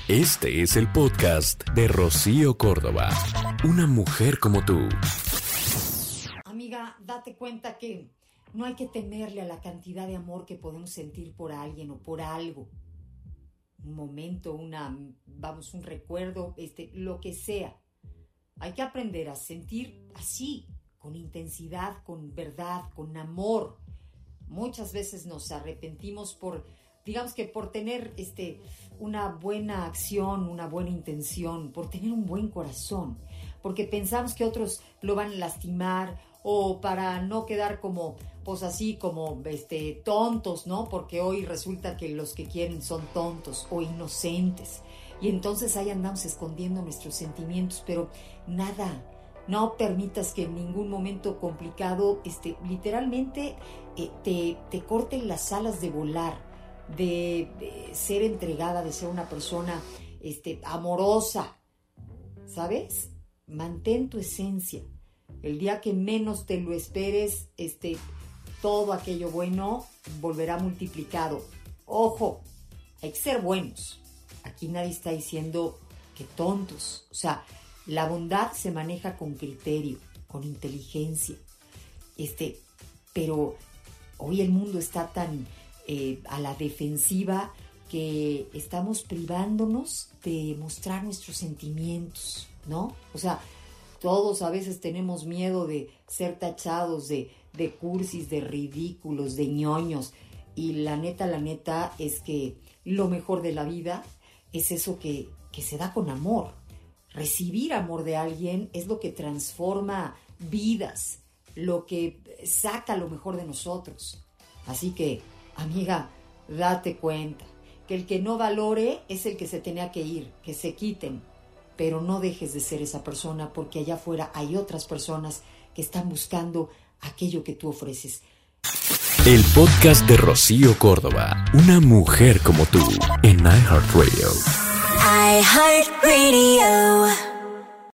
Este es el podcast de Rocío Córdoba, una mujer como tú. Amiga, date cuenta que no hay que temerle a la cantidad de amor que podemos sentir por alguien o por algo. Un momento, un recuerdo, lo que sea. Hay que aprender a sentir así, con intensidad, con verdad, con amor. Muchas veces nos arrepentimos por tener una buena acción, una buena intención, por tener un buen corazón, porque pensamos que otros lo van a lastimar o para no quedar como tontos, ¿no? Porque hoy resulta que los que quieren son tontos o inocentes. Y entonces ahí andamos escondiendo nuestros sentimientos, pero nada. No permitas que en ningún momento complicado, literalmente te corten las alas de volar, de ser entregada, de ser una persona amorosa, ¿sabes? Mantén tu esencia. El día que menos te lo esperes, todo aquello bueno volverá multiplicado. Ojo, hay que ser buenos. Aquí nadie está diciendo que tontos. O sea, la bondad se maneja con criterio, con inteligencia. Pero hoy el mundo está tan a la defensiva que estamos privándonos de mostrar nuestros sentimientos, ¿no? O sea, todos a veces tenemos miedo de ser tachados de cursis, de ridículos, de ñoños. Y la neta es que lo mejor de la vida es eso que se da con amor. Recibir amor de alguien es lo que transforma vidas, lo que saca lo mejor de nosotros. Así que, amiga, date cuenta que el que no valore es el que se tenía que ir, que se quiten. Pero no dejes de ser esa persona, porque allá afuera hay otras personas que están buscando aquello que tú ofreces. El podcast de Rocío Córdoba, una mujer como tú, en iHeartRadio. iHeartRadio.